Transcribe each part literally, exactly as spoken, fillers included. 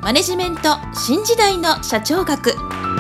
マネジメント新時代の社長学。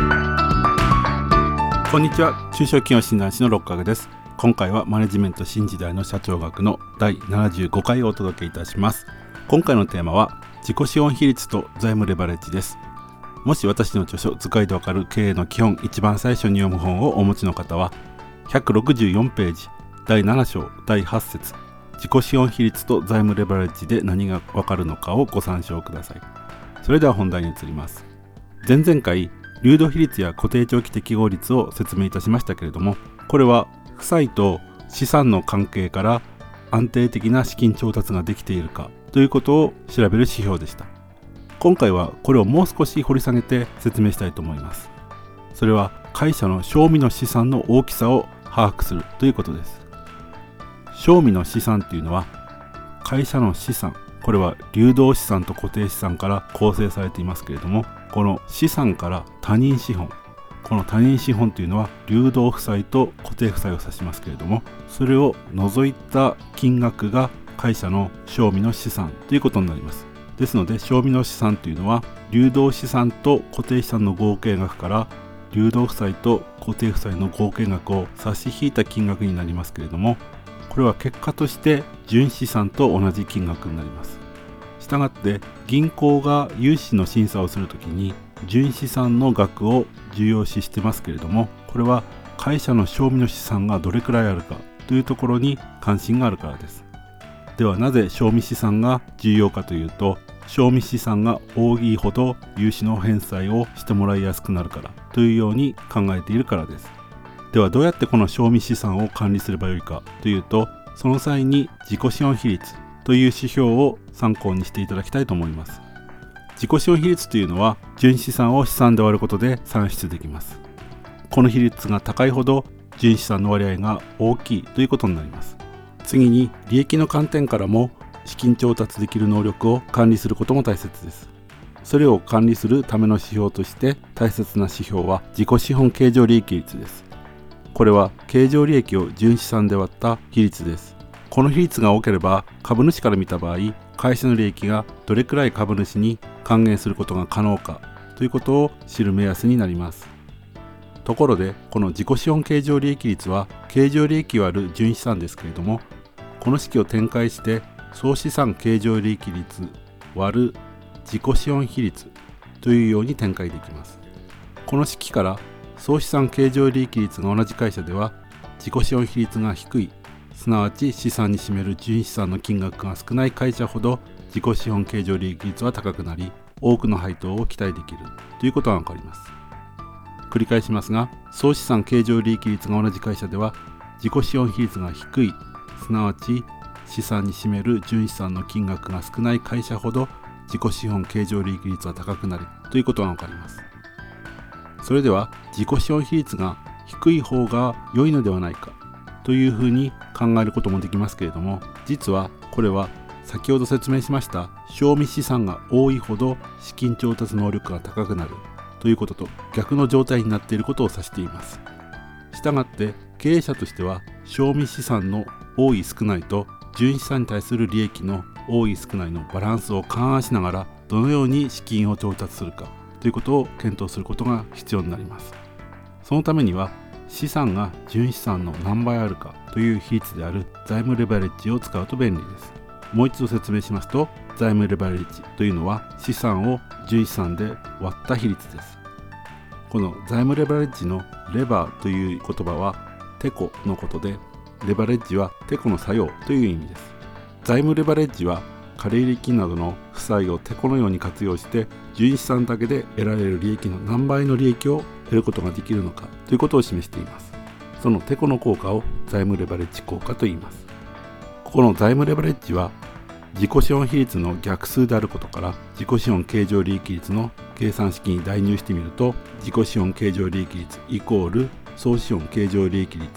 こんにちは。中小企業診断士の六角です。今回はマネジメント新時代の社長学のだいななじゅうごかいをお届けいたします。今回のテーマは自己資本比率と財務レバレッジです。もし私の著書図解でわかる経営の基本一番最初に読む本をお持ちの方はひゃくろくじゅうよんページだいなな章だいはち節自己資本比率と財務レバレッジで何がわかるのかをご参照ください。それでは本題に移ります。前々回流動比率や固定長期適合率を説明いたしましたけれども、これは負債と資産の関係から安定的な資金調達ができているかということを調べる指標でした。今回はこれをもう少し掘り下げて説明したいと思います。それは会社の賞味の資産の大きさを把握するということです。賞味の資産というのは会社の資産、これは流動資産と固定資産から構成されていますけれども、この資産から他人資本、この他人資本というのは流動負債と固定負債を指しますけれども、それを除いた金額が会社の賞味の資産ということになります。ですので賞味の資産というのは流動資産と固定資産の合計額から流動負債と固定負債の合計額を差し引いた金額になりますけれども、これは結果として純資産と同じ金額になります。したがって銀行が融資の審査をするときに純資産の額を重要視してますけれども、これは会社の賞味の資産がどれくらいあるかというところに関心があるからです。ではなぜ賞味資産が重要かというと、賞味資産が多いほど融資の返済をしてもらいやすくなるからというように考えているからです。ではどうやってこの賞味資産を管理すればよいかというと、その際に自己資本比率という指標を参考にしていただきたいと思います。自己資本比率というのは純資産を資産で割ることで算出できます。この比率が高いほど純資産の割合が大きいということになります。次に利益の観点からも資金調達できる能力を管理することも大切です。それを管理するための指標として大切な指標は自己資本経常利益率です。これは経常利益を純資産で割った比率です。この比率が多ければ株主から見た場合、会社の利益がどれくらい株主に還元することが可能かということを知る目安になります。ところでこの自己資本経常利益率は経常利益割る純資産ですけれども、この式を展開して総資産経常利益率割る自己資本比率というように展開できます。この式から総資産経常利益率が同じ会社では自己資本比率が低い、すなわち資産に占める純資産の金額が少ない会社ほど自己資本経常利益率は高くなり、多くの配当を期待できるということがわかります。繰り返しますが、総資産経常利益率が同じ会社では自己資本比率が低い、すなわち資産に占める純資産の金額が少ない会社ほど自己資本経常利益率は高くなるということがわかります。それでは自己資本比率が低い方が良いのではないかというふうに考えることもできますけれども、実はこれは先ほど説明しました賞味資産が多いほど資金調達能力が高くなるということと逆の状態になっていることを指しています。したがって経営者としては賞味資産の多い少ないと純資産に対する利益の多い少ないのバランスを勘案しながらどのように資金を調達するかということを検討することが必要になります。そのためには資産が純資産の何倍あるかという比率である財務レバレッジを使うと便利です。もう一度説明しますと、財務レバレッジというのは資産を純資産で割った比率です。この財務レバレッジのレバーという言葉はテコのことで、レバレッジはテコの作用という意味です。財務レバレッジは借入金などの負債をテコのように活用して純資産だけで得られる利益の何倍の利益を得ることができるのかということを示しています。そのテコの効果を財務レバレッジ効果と言います。ここの財務レバレッジは自己資本比率の逆数であることから、自己資本経常利益率の計算式に代入してみると、自己資本経常利益率イコール総資本経常利益率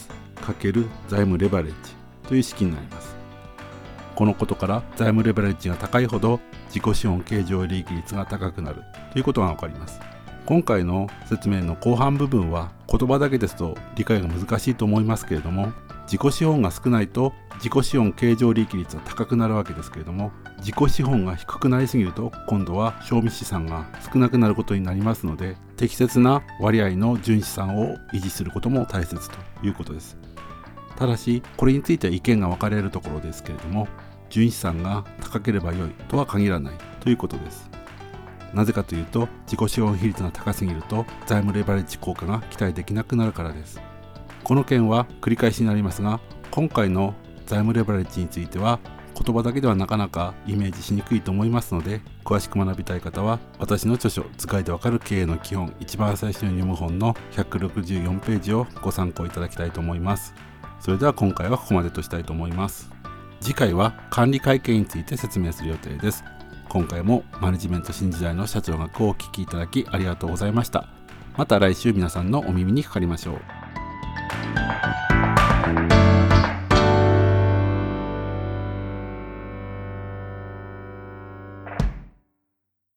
×財務レバレッジという式になります。このことから財務レバレッジが高いほど自己資本経常利益率が高くなるということがわかります。今回の説明の後半部分は言葉だけですと理解が難しいと思いますけれども、 自己資本が少ないと自己資本経常利益率は高くなるわけですけれども、自己資本が低くなりすぎると今度は賞味資産が少なくなることになりますので、適切な割合の純資産を維持することも大切ということです。ただしこれについては意見が分かれるところですけれども、純資産が高ければ良いとは限らないということです。なぜかというと、自己資本比率が高すぎると財務レバレッジ効果が期待できなくなるからです。この件は繰り返しになりますが、今回の財務レバレッジについては言葉だけではなかなかイメージしにくいと思いますので、詳しく学びたい方は私の著書「図解でわかる経営の基本」一番最初に読む本のひゃくろくじゅうよんページをご参考いただきたいと思います。それでは今回はここまでとしたいと思います。次回は管理会計について説明する予定です。今回もマネジメント新時代の社長学をお聞きいただきありがとうございました。また来週皆さんのお耳にかかりましょう。